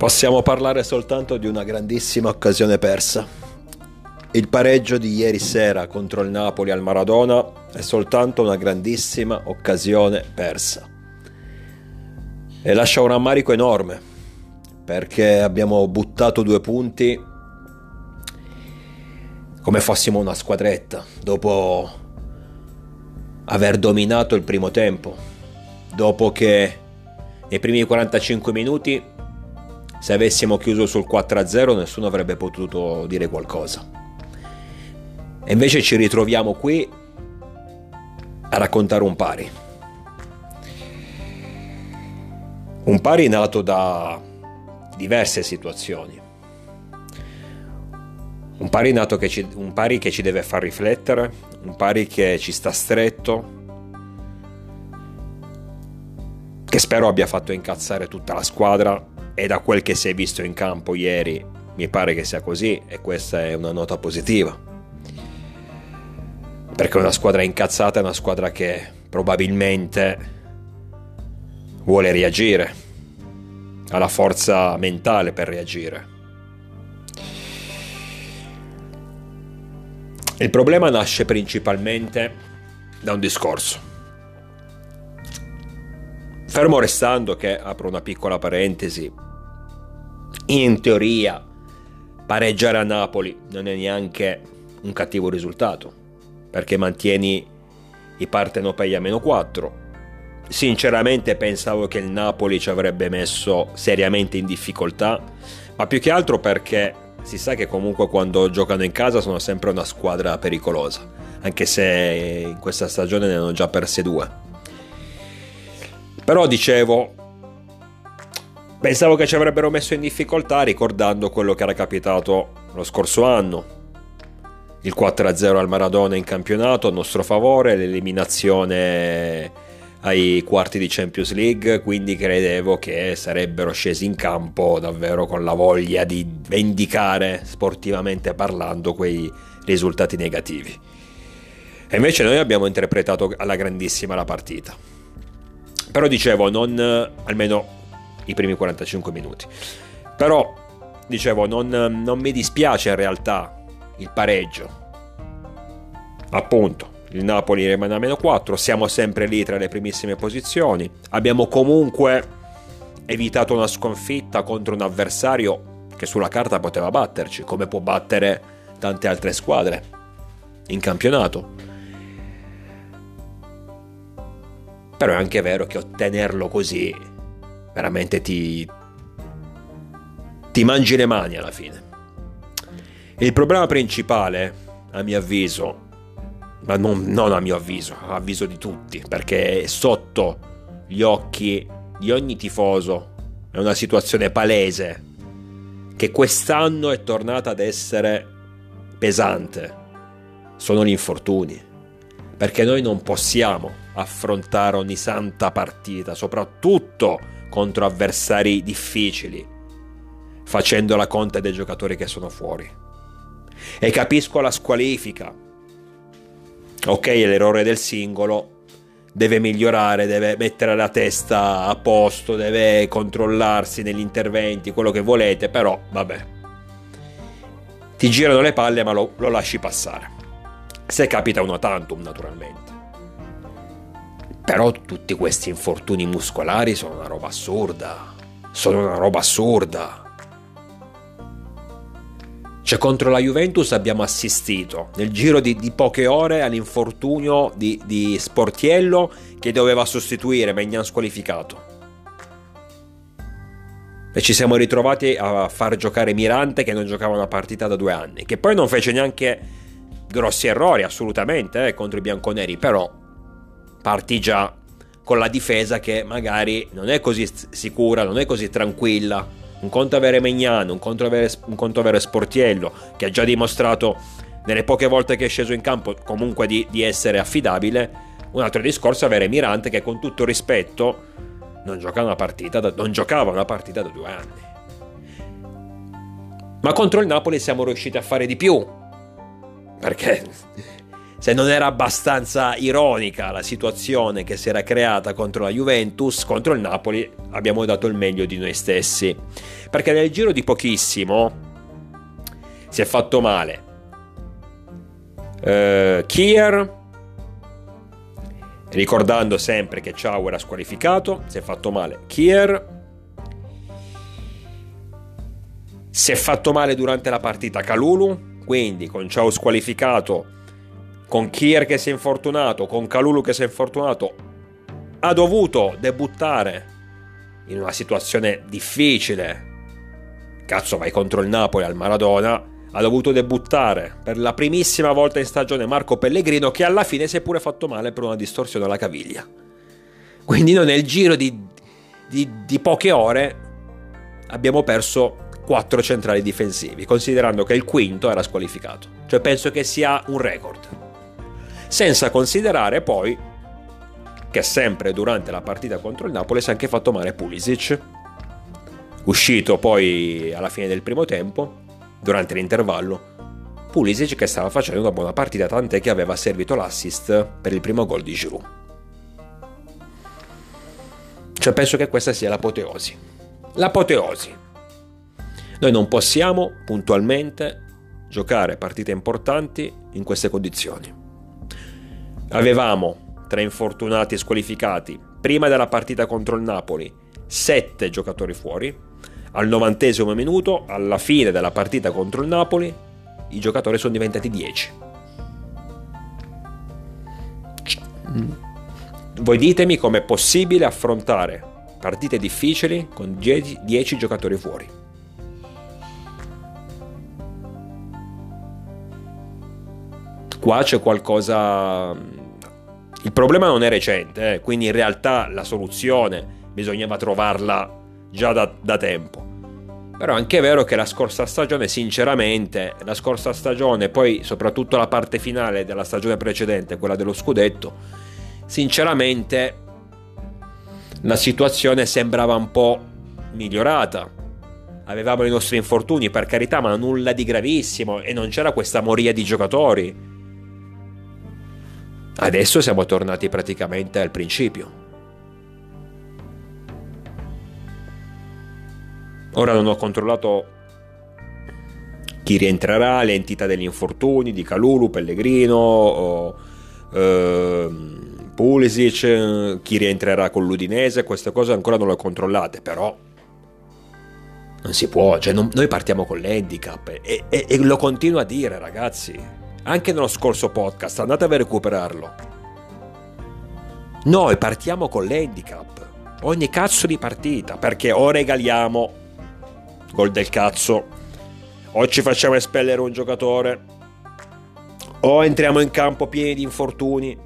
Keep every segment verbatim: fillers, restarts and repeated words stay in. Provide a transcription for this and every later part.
Possiamo parlare soltanto di una grandissima occasione persa. Il pareggio di ieri sera contro il Napoli al Maradona è soltanto una grandissima occasione persa. E lascia un rammarico enorme, perché abbiamo buttato due punti come fossimo una squadretta, dopo aver dominato il primo tempo, dopo che nei primi quarantacinque minuti, se avessimo chiuso sul quattro a zero, nessuno avrebbe potuto dire qualcosa. E invece ci ritroviamo qui a raccontare un pari. Un pari nato da diverse situazioni. Un pari nato che ci, un pari che ci deve far riflettere, un pari che ci sta stretto, che spero abbia fatto incazzare tutta la squadra, e da quel che si è visto in campo ieri mi pare che sia così, e questa è una nota positiva, perché una squadra incazzata è una squadra che probabilmente vuole reagire, ha la forza mentale per reagire. Il problema nasce principalmente da un discorso, fermo restando che, apro una piccola parentesi, in teoria pareggiare a Napoli non è neanche un cattivo risultato, perché mantieni i partenopei a meno quattro. Sinceramente pensavo che il Napoli ci avrebbe messo seriamente in difficoltà, ma più che altro perché si sa che comunque quando giocano in casa sono sempre una squadra pericolosa, anche se in questa stagione ne hanno già perse due. Però dicevo, pensavo che ci avrebbero messo in difficoltà ricordando quello che era capitato lo scorso anno, il quattro a zero al Maradona in campionato a nostro favore, l'eliminazione ai quarti di Champions League, quindi credevo che sarebbero scesi in campo davvero con la voglia di vendicare, sportivamente parlando, quei risultati negativi. E invece noi abbiamo interpretato alla grandissima la partita. Però dicevo, non almeno i primi quarantacinque minuti. Però dicevo, non, non mi dispiace in realtà il pareggio. Appunto, il Napoli rimane a meno quattro, siamo sempre lì tra le primissime posizioni. Abbiamo comunque evitato una sconfitta contro un avversario che sulla carta poteva batterci, come può battere tante altre squadre in campionato. Però è anche vero che ottenerlo così veramente ti ti mangi le mani alla fine. Il problema principale, a mio avviso, ma non, non a mio avviso, a avviso di tutti, perché è sotto gli occhi di ogni tifoso, è una situazione palese, che quest'anno è tornata ad essere pesante, sono gli infortuni, perché noi non possiamo affrontare ogni santa partita, soprattutto contro avversari difficili, facendo la conta dei giocatori che sono fuori. E capisco la squalifica, ok, l'errore del singolo, deve migliorare, deve mettere la testa a posto, deve controllarsi negli interventi, quello che volete, però vabbè, ti girano le palle ma lo, lo lasci passare, se capita uno tantum naturalmente. Però tutti questi infortuni muscolari sono una roba assurda, sono una roba assurda. Cioè, contro la Juventus abbiamo assistito nel giro di, di poche ore all'infortunio di, di Sportiello, che doveva sostituire Maignan squalificato, e ci siamo ritrovati a far giocare Mirante, che non giocava una partita da due anni, che poi non fece neanche grossi errori assolutamente eh, contro i bianconeri, però partì già con la difesa che magari non è così sicura, non è così tranquilla. Un conto avere Maignan, un conto avere, un conto avere Sportiello, che ha già dimostrato nelle poche volte che è sceso in campo comunque di, di essere affidabile. Un altro discorso è avere Mirante, che con tutto rispetto non gioca una partita da, non giocava una partita da due anni. Ma contro il Napoli siamo riusciti a fare di più, perché se non era abbastanza ironica la situazione che si era creata contro la Juventus, contro il Napoli abbiamo dato il meglio di noi stessi, perché nel giro di pochissimo si è fatto male uh, Kier, ricordando sempre che Ciao era squalificato, si è fatto male Kier, si è fatto male durante la partita Kalulu, quindi con Ciao squalificato, con Kier che si è infortunato, con Kalulu che si è infortunato, ha dovuto debuttare in una situazione difficile. Cazzo, vai contro il Napoli al Maradona. Ha dovuto debuttare per la primissima volta in stagione Marco Pellegrino, che alla fine si è pure fatto male per una distorsione alla caviglia. Quindi noi nel giro di, di, di poche ore abbiamo perso quattro centrali difensivi, considerando che il quinto era squalificato. Cioè penso che sia un record. Senza considerare poi che sempre durante la partita contro il Napoli si è anche fatto male Pulisic, uscito poi alla fine del primo tempo, durante l'intervallo. Pulisic che stava facendo una buona partita, tant'è che aveva servito l'assist per il primo gol di Giroud. Cioè penso che questa sia l'apoteosi. L'apoteosi. Noi non possiamo puntualmente giocare partite importanti in queste condizioni. Avevamo tre infortunati e squalificati prima della partita contro il Napoli, sette giocatori fuori. Al novantesimo minuto, alla fine della partita contro il Napoli, i giocatori sono diventati dieci. Voi ditemi com'è possibile affrontare partite difficili con dieci giocatori fuori. Qua c'è qualcosa. Il problema non è recente, eh? Quindi in realtà la soluzione bisognava trovarla già da, da tempo. Però è anche vero che la scorsa stagione, sinceramente, la scorsa stagione, poi soprattutto la parte finale della stagione precedente, quella dello scudetto, sinceramente la situazione sembrava un po' migliorata. Avevamo i nostri infortuni, per carità, ma nulla di gravissimo, e non c'era questa moria di giocatori. Adesso siamo tornati praticamente al principio. Ora non ho controllato chi rientrerà, le entità degli infortuni di Kalulu, Pellegrino, o, eh, Pulisic, chi rientrerà con l'Udinese. Queste cose ancora non le ho controllate, però non si può, cioè non, noi partiamo con l'handicap e, e, e lo continuo a dire, ragazzi. Anche nello scorso podcast, andatevi a recuperarlo. Noi partiamo con l'handicap ogni cazzo di partita, perché o regaliamo gol del cazzo, o ci facciamo espellere un giocatore, o entriamo in campo pieni di infortuni.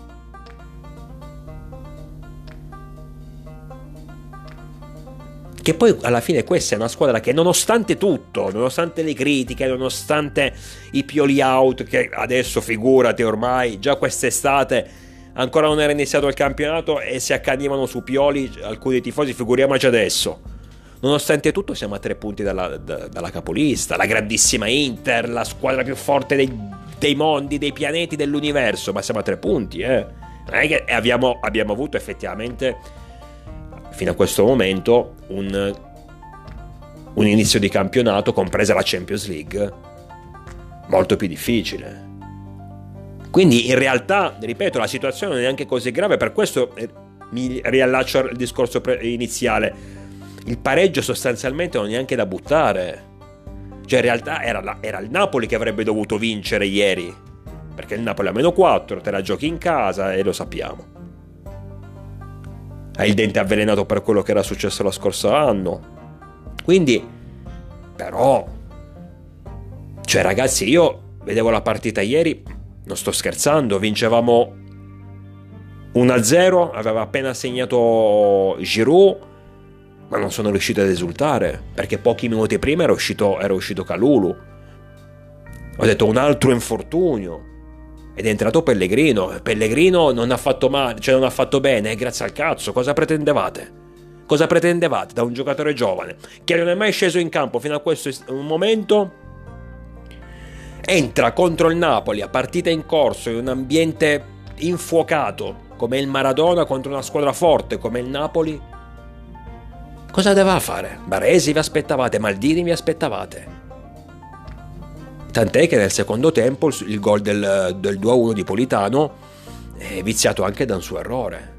Che poi alla fine questa è una squadra che, nonostante tutto, nonostante le critiche, nonostante i Pioli out, che adesso figurati ormai, già quest'estate ancora non era iniziato il campionato e si accanivano su Pioli alcuni tifosi, figuriamoci adesso. Nonostante tutto siamo a tre punti dalla, da, dalla capolista, la grandissima Inter, la squadra più forte dei, dei mondi, dei pianeti, dell'universo, ma siamo a tre punti, eh. Non è che abbiamo, abbiamo avuto effettivamente fino a questo momento un, un inizio di campionato, compresa la Champions League, molto più difficile. Quindi in realtà, ripeto, la situazione non è neanche così grave. Per questo mi riallaccio al discorso pre- iniziale. Il pareggio sostanzialmente non è neanche da buttare. Cioè in realtà era, la, era il Napoli che avrebbe dovuto vincere ieri, perché il Napoli ha meno quattro, te la giochi in casa e lo sappiamo. Hai il dente avvelenato per quello che era successo lo scorso anno. Quindi, però, cioè ragazzi, io vedevo la partita ieri, non sto scherzando, vincevamo uno a zero, aveva appena segnato Giroud, ma non sono riuscito ad esultare, perché pochi minuti prima era uscito, era uscito Kalulu. Ho detto un altro infortunio. Ed è entrato Pellegrino. Pellegrino non ha fatto male, cioè non ha fatto bene, grazie al cazzo. Cosa pretendevate? Cosa pretendevate da un giocatore giovane che non è mai sceso in campo fino a questo momento entra contro il Napoli a partita in corso in un ambiente infuocato come il Maradona contro una squadra forte come il Napoli, cosa doveva fare? Baresi vi aspettavate, Maldini vi aspettavate. Tant'è che nel secondo tempo il gol del, del due a uno di Politano è viziato anche da un suo errore.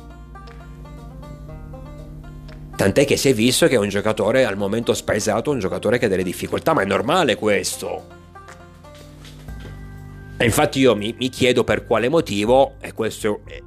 Tant'è che si è visto che è un giocatore al momento spaesato, un giocatore che ha delle difficoltà, ma è normale questo. E infatti io mi, mi chiedo per quale motivo, e questo è,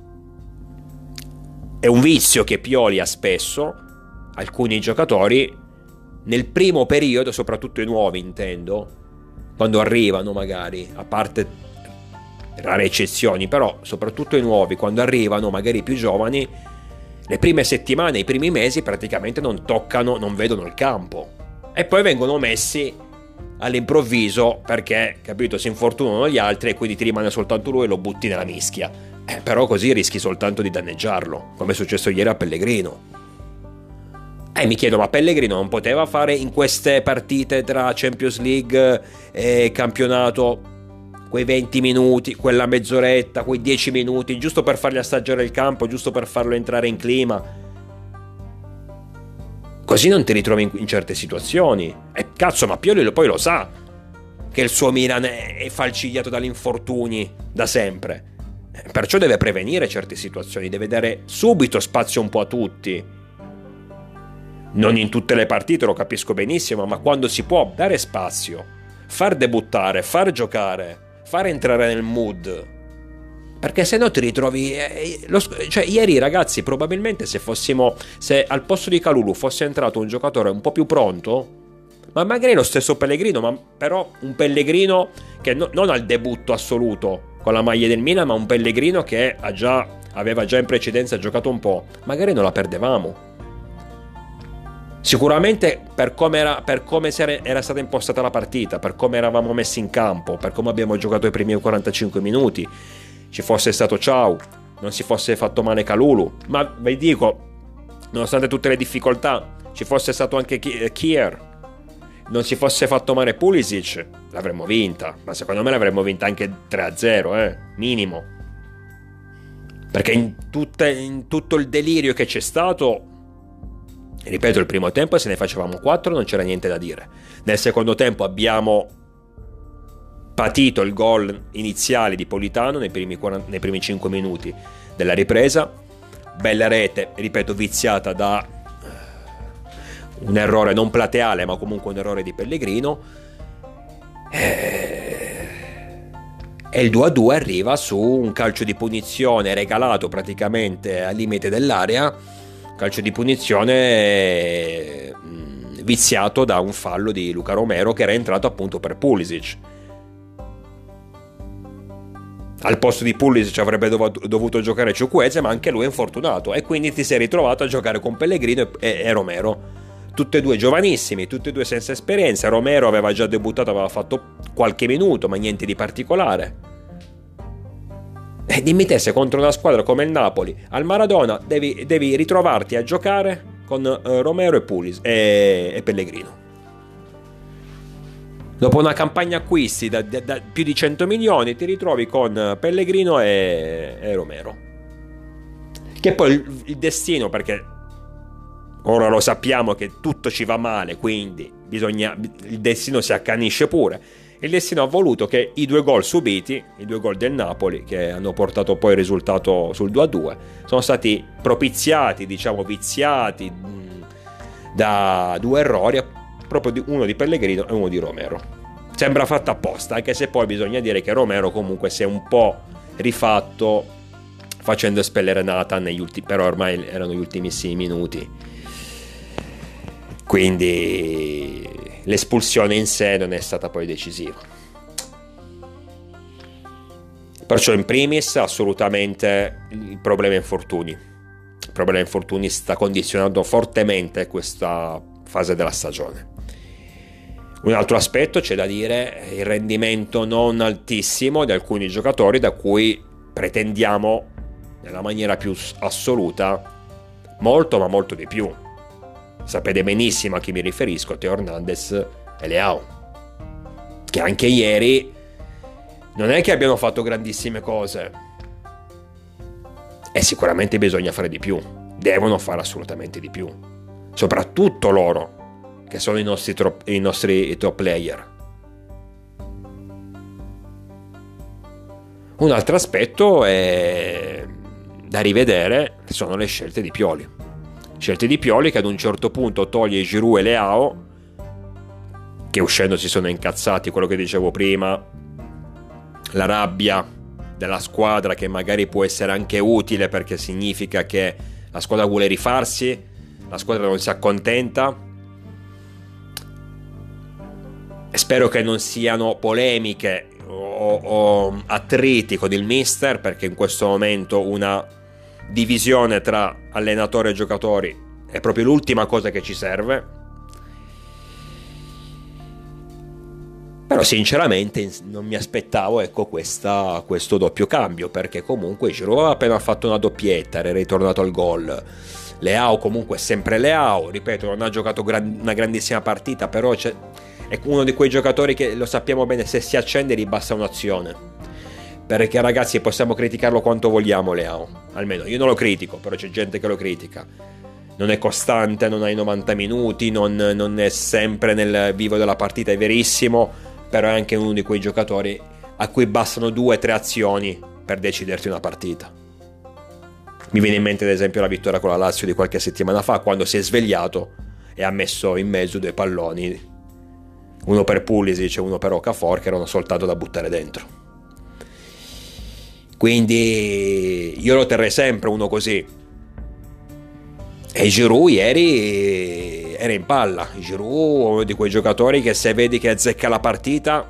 è un vizio che Pioli ha spesso, alcuni giocatori nel primo periodo, soprattutto i nuovi intendo, quando arrivano magari, a parte rare eccezioni, però soprattutto i nuovi, quando arrivano magari i più giovani, le prime settimane, i primi mesi praticamente non toccano, non vedono il campo e poi vengono messi all'improvviso perché, capito, si infortunano gli altri e quindi ti rimane soltanto lui e lo butti nella mischia. Eh, però così rischi soltanto di danneggiarlo, come è successo ieri a Pellegrino. E mi chiedo, ma Pellegrino non poteva fare in queste partite tra Champions League e campionato quei venti minuti, quella mezz'oretta, quei dieci minuti, giusto per fargli assaggiare il campo, giusto per farlo entrare in clima? Così non ti ritrovi in, in certe situazioni. E cazzo, ma Pioli poi lo sa che il suo Milan è, è falcidiato dagli infortuni da sempre. Perciò deve prevenire certe situazioni, deve dare subito spazio un po' a tutti. Non in tutte le partite, lo capisco benissimo, ma quando si può dare spazio, far debuttare, far giocare, far entrare nel mood, perché se no ti ritrovi eh, lo, cioè ieri ragazzi, probabilmente se fossimo se al posto di Kalulu fosse entrato un giocatore un po' più pronto, ma magari lo stesso Pellegrino, ma però un Pellegrino che no, non al debutto assoluto con la maglia del Milan, ma un Pellegrino che ha già, aveva già in precedenza giocato un po', magari non la perdevamo. Sicuramente per come era, per come era stata impostata la partita, per come eravamo messi in campo, per come abbiamo giocato i primi quarantacinque minuti, ci fosse stato Ciao, non si fosse fatto male Kalulu, ma vi dico, nonostante tutte le difficoltà, ci fosse stato anche Kier, non si fosse fatto male Pulisic, l'avremmo vinta, ma secondo me l'avremmo vinta anche tre a zero, eh, minimo. Perché in, tutte, in tutto il delirio che c'è stato, ripeto, il primo tempo se ne facevamo quattro non c'era niente da dire. Nel secondo tempo abbiamo patito il gol iniziale di Politano nei primi, quaranta, nei primi cinque minuti della ripresa. Bella rete, ripeto, viziata da un errore non plateale, ma comunque un errore di Pellegrino. E, e il due a due arriva su un calcio di punizione regalato praticamente al limite dell'area. Calcio di punizione mh, viziato da un fallo di Luca Romero che era entrato appunto per Pulisic. Al posto di Pulisic avrebbe dov- dovuto giocare Chukwueze, ma anche lui è infortunato e quindi ti sei ritrovato a giocare con Pellegrino e, e Romero, tutti e due giovanissimi, tutti e due senza esperienza. Romero aveva già debuttato, aveva fatto qualche minuto, ma niente di particolare. E dimmi te, se contro una squadra come il Napoli al Maradona devi, devi ritrovarti a giocare con uh, Romero e Pulis e, e Pellegrino. Dopo una campagna acquisti da, da, da più di cento milioni ti ritrovi con Pellegrino e, e Romero. Che poi il, il destino, perché ora lo sappiamo che tutto ci va male, quindi bisogna, il destino si accanisce pure. Il destino ha voluto che i due gol subiti, i due gol del Napoli, che hanno portato poi il risultato sul due a due, sono stati propiziati, diciamo viziati mh, da due errori, proprio di, uno di Pellegrino e uno di Romero. Sembra fatta apposta, anche se poi bisogna dire che Romero comunque si è un po' rifatto facendo espellere Nathan negli ultimi, però ormai erano gli ultimissimi minuti. Quindi l'espulsione in sé non è stata poi decisiva. Perciò in primis assolutamente il problema infortuni. Il problema infortuni sta condizionando fortemente questa fase della stagione. Un altro aspetto c'è da dire è il rendimento non altissimo di alcuni giocatori da cui pretendiamo nella maniera più assoluta molto ma molto di più. Sapete benissimo a chi mi riferisco, Teo Hernandez e Leao. che anche ieri non è che abbiano fatto grandissime cose, e sicuramente bisogna fare di più, devono fare assolutamente di più, soprattutto loro che sono i nostri, top, i nostri top player. Un altro aspetto è da rivedere sono le scelte di Pioli. Scelte di Pioli che ad un certo punto toglie Giroud e Leao, che uscendo si sono incazzati, quello che dicevo prima, la rabbia della squadra che magari può essere anche utile perché significa che la squadra vuole rifarsi, la squadra non si accontenta. Spero che non siano polemiche o, o attriti con il mister, perché in questo momento una divisione tra allenatore e giocatori è proprio l'ultima cosa che ci serve. Però sinceramente non mi aspettavo, ecco, questa, questo doppio cambio, perché comunque Giroud aveva appena fatto una doppietta, era ritornato al gol. Leao comunque è sempre Leao, ripeto, non ha giocato gran, una grandissima partita, però c'è, è uno di quei giocatori che lo sappiamo bene, se si accende gli basta un'azione. Perché ragazzi, possiamo criticarlo quanto vogliamo Leao, almeno io non lo critico, però c'è gente che lo critica. Non è costante, non ha i novanta minuti, non, non è sempre nel vivo della partita, è verissimo, però è anche uno di quei giocatori a cui bastano due o tre azioni per deciderti una partita. Mi viene in mente ad esempio la vittoria con la Lazio di qualche settimana fa, quando si è svegliato e ha messo in mezzo due palloni, uno per Pulisic e uno per Okafor, che erano soltanto da buttare dentro. Quindi io lo terrei sempre uno così. E Giroud ieri era in palla. Giroud è uno di quei giocatori che se vedi che azzecca la partita,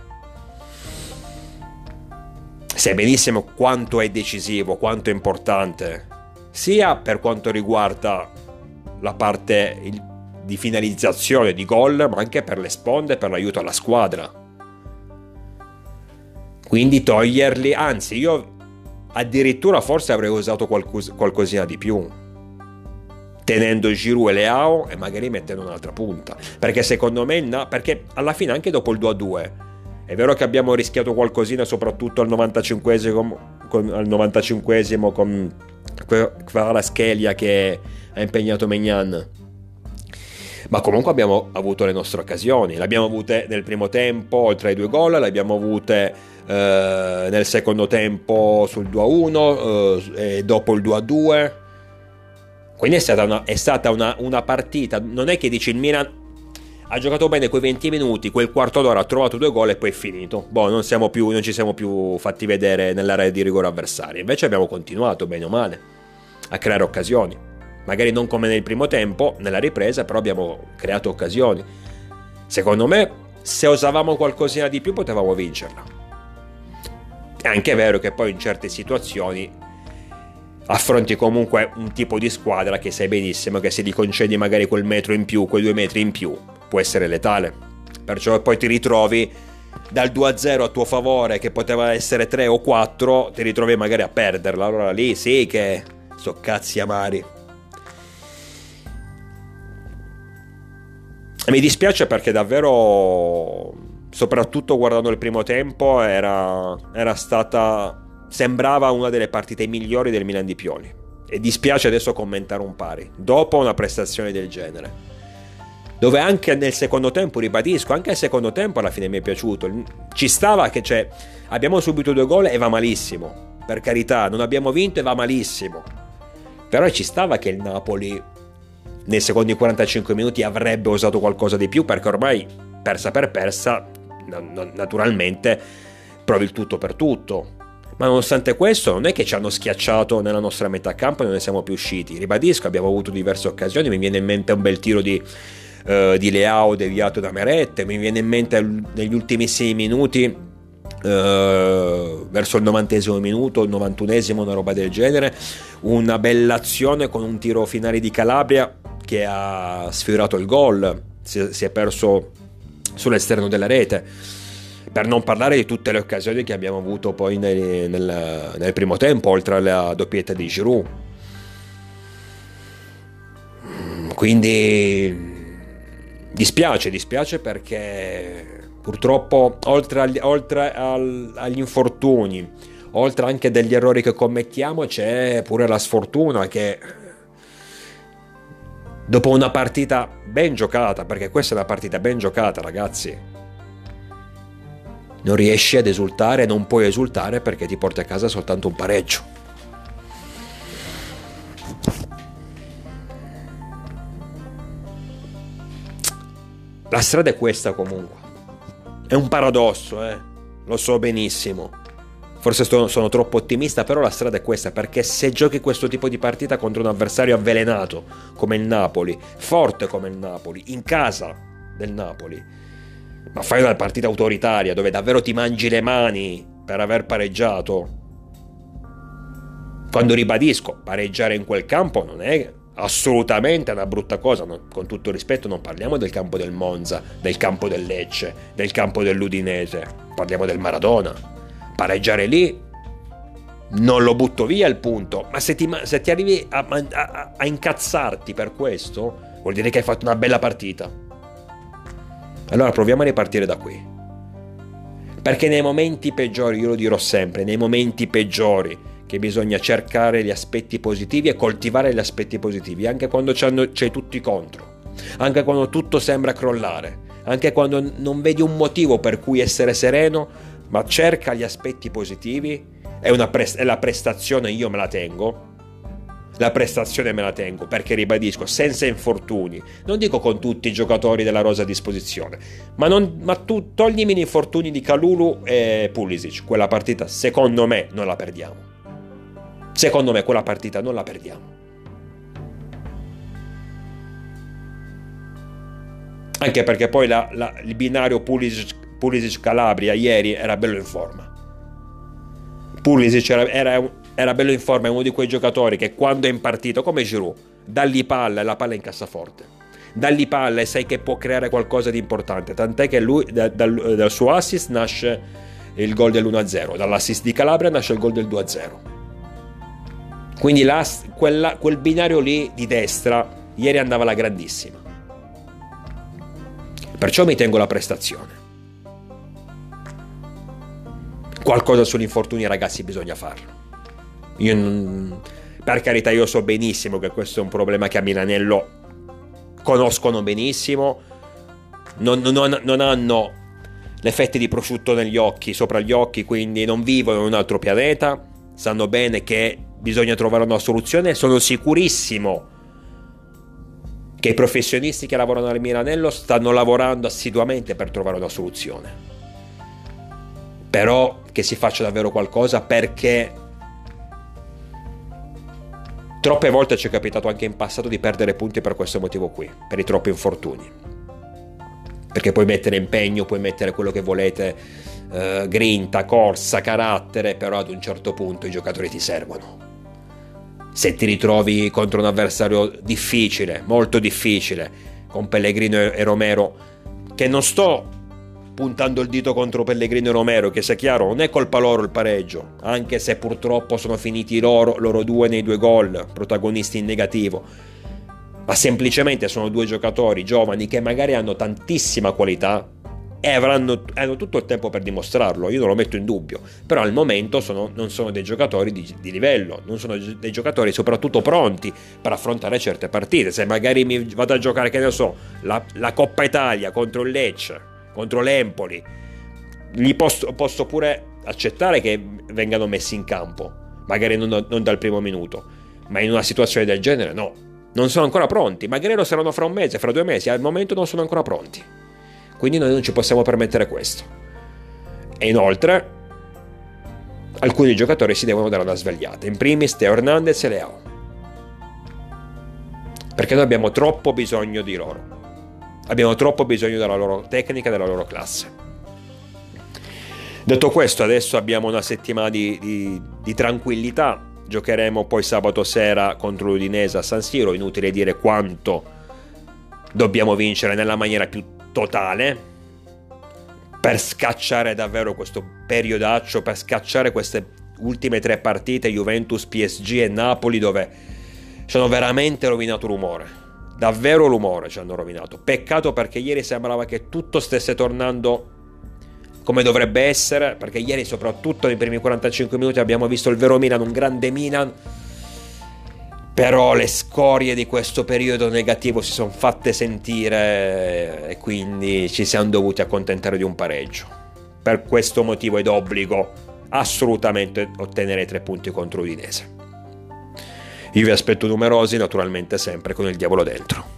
sai benissimo quanto è decisivo, quanto è importante, sia per quanto riguarda la parte di finalizzazione di gol, ma anche per le sponde, per l'aiuto alla squadra. Quindi toglierli, anzi io addirittura forse avrei usato qualcos- qualcosina di più, tenendo Giroud e Leao e magari mettendo un'altra punta, perché secondo me no, perché alla fine anche dopo il due a due è vero che abbiamo rischiato qualcosina, soprattutto al novantacinquesimo con, al novantacinquesimo con Kvaratskhelia che ha impegnato Maignan, ma comunque abbiamo avuto le nostre occasioni, le abbiamo avute nel primo tempo oltre ai due gol, le abbiamo avute eh, nel secondo tempo sul due a uno eh, e dopo il due a due. Quindi è stata, una, è stata una, una partita, non è che dici il Milan ha giocato bene quei venti minuti, quel quarto d'ora ha trovato due gol e poi è finito. Boh, non, siamo più, non ci siamo più fatti vedere nell'area di rigore avversaria. Invece abbiamo continuato, bene o male, a creare occasioni. Magari non come nel primo tempo, nella ripresa, però abbiamo creato occasioni. Secondo me, se osavamo qualcosina di più, potevamo vincerla. È anche vero che poi in certe situazioni affronti comunque un tipo di squadra che sai benissimo che se gli concedi magari quel metro in più, quei due metri in più, può essere letale. Perciò poi ti ritrovi dal due a zero a tuo favore, che poteva essere tre o quattro, ti ritrovi magari a perderla. Allora lì sì che so cazzi amari. E mi dispiace perché davvero, soprattutto guardando il primo tempo, era, era stata... sembrava una delle partite migliori del Milan di Pioli, e dispiace adesso commentare un pari dopo una prestazione del genere, dove anche nel secondo tempo, ribadisco, anche il secondo tempo alla fine mi è piaciuto, ci stava che cioè, abbiamo subito due gol e va malissimo, per carità, non abbiamo vinto e va malissimo, però ci stava che il Napoli nei secondi quarantacinque minuti avrebbe osato qualcosa di più, perché ormai persa per persa naturalmente provi il tutto per tutto. Ma nonostante questo non è che ci hanno schiacciato nella nostra metà campo e non ne siamo più usciti. Ribadisco, abbiamo avuto diverse occasioni, mi viene in mente un bel tiro di, uh, di Leao deviato da Meret, mi viene in mente negli ultimissimi minuti, uh, verso il novantesimo minuto, il novantunesimo, una roba del genere, una bella azione con un tiro finale di Calabria che ha sfiorato il gol, si, si è perso sull'esterno della rete. Per non parlare di tutte le occasioni che abbiamo avuto poi nel, nel, nel primo tempo, oltre alla doppietta di Giroud. Quindi dispiace, dispiace perché Purtroppo, oltre, agli, oltre al, agli infortuni, oltre anche degli errori che commettiamo, c'è pure la sfortuna che dopo una partita ben giocata, perché questa è una partita ben giocata, ragazzi, non riesci ad esultare, non puoi esultare perché ti porti a casa soltanto un pareggio. La strada è questa comunque. È un paradosso, eh. Lo so benissimo. Forse sto, sono troppo ottimista, però la strada è questa, perché se giochi questo tipo di partita contro un avversario avvelenato come il Napoli, forte come il Napoli, in casa del Napoli, ma fai una partita autoritaria dove davvero ti mangi le mani per aver pareggiato, quando ribadisco, pareggiare in quel campo non è assolutamente una brutta cosa, no? Con tutto rispetto, non parliamo del campo del Monza, del campo del Lecce, del campo dell'Udinese, parliamo del Maradona. Pareggiare lì non lo butto via il punto, ma se ti, se ti arrivi a, a, a incazzarti per questo, vuol dire che hai fatto una bella partita. Allora proviamo a ripartire da qui, perché nei momenti peggiori, io lo dirò sempre, nei momenti peggiori che bisogna cercare gli aspetti positivi e coltivare gli aspetti positivi, anche quando c'è tutti contro, anche quando tutto sembra crollare, anche quando non vedi un motivo per cui essere sereno, ma cerca gli aspetti positivi. È, una pre- è la prestazione, io me la tengo, la prestazione me la tengo, perché ribadisco, senza infortuni, non dico con tutti i giocatori della rosa a disposizione, ma, non, ma tu toglimi gli infortuni di Kalulu e Pulisic, quella partita secondo me non la perdiamo. Secondo me quella partita non la perdiamo. Anche perché poi la, la, il binario Pulisic, Pulisic Calabria ieri era bello in forma. Pulisic era, era, era bello in forma, è uno di quei giocatori che quando è in partita, come Giroud, dagli palla e la palla in cassaforte, dagli palla e sai che può creare qualcosa di importante, tant'è che lui da, dal, dal suo assist nasce il gol dell'uno a zero, dall'assist di Calabria nasce il gol del due a zero. Quindi la, quella, quel binario lì di destra ieri andava alla grandissima. Perciò mi tengo la prestazione. Qualcosa sugli infortuni, ragazzi, bisogna farlo. Io non, per carità, io so benissimo che questo è un problema che a Milanello conoscono benissimo, non, non, non hanno l'effetto di prosciutto negli occhi, sopra gli occhi, quindi non vivono in un altro pianeta, sanno bene che bisogna trovare una soluzione. Sono sicurissimo che i professionisti che lavorano al Milanello stanno lavorando assiduamente per trovare una soluzione, però che si faccia davvero qualcosa, perché troppe volte ci è capitato anche in passato di perdere punti per questo motivo qui, per i troppi infortuni, perché puoi mettere impegno, puoi mettere quello che volete, eh, grinta, corsa, carattere, però ad un certo punto i giocatori ti servono. Se ti ritrovi contro un avversario difficile, molto difficile, con Pellegrino e Romero, che non sto puntando il dito contro Pellegrino e Romero, che sia chiaro, non è colpa loro il pareggio, anche se purtroppo sono finiti loro, loro due nei due gol, protagonisti in negativo, ma semplicemente sono due giocatori giovani che magari hanno tantissima qualità e avranno hanno tutto il tempo per dimostrarlo, io non lo metto in dubbio, però al momento sono, non sono dei giocatori di, di livello, non sono dei giocatori soprattutto pronti per affrontare certe partite. Se magari mi vado a giocare, che ne so, la, la Coppa Italia contro il Lecce, contro l'Empoli, li posso, posso pure accettare che vengano messi in campo, magari non, non dal primo minuto, ma in una situazione del genere no, non sono ancora pronti, magari lo saranno fra un mese, fra due mesi, al momento non sono ancora pronti. Quindi noi non ci possiamo permettere questo. E inoltre alcuni giocatori si devono dare una svegliata, in primis Teo Hernandez e Leao, perché noi abbiamo troppo bisogno di loro, abbiamo troppo bisogno della loro tecnica, della loro classe. Detto questo, adesso abbiamo una settimana di, di, di tranquillità, giocheremo poi sabato sera contro l'Udinese a San Siro, inutile dire quanto dobbiamo vincere nella maniera più totale per scacciare davvero questo periodaccio, per scacciare queste ultime tre partite Juventus, P S G e Napoli, dove ci hanno veramente rovinato l'umore, davvero l'umore ci hanno rovinato. Peccato, perché ieri sembrava che tutto stesse tornando come dovrebbe essere, perché ieri soprattutto nei primi quarantacinque minuti abbiamo visto il vero Milan, un grande Milan, però le scorie di questo periodo negativo si sono fatte sentire e quindi ci siamo dovuti accontentare di un pareggio. Per questo motivo è d'obbligo assolutamente ottenere i tre punti contro Udinese. Io vi aspetto numerosi, naturalmente sempre con il diavolo dentro.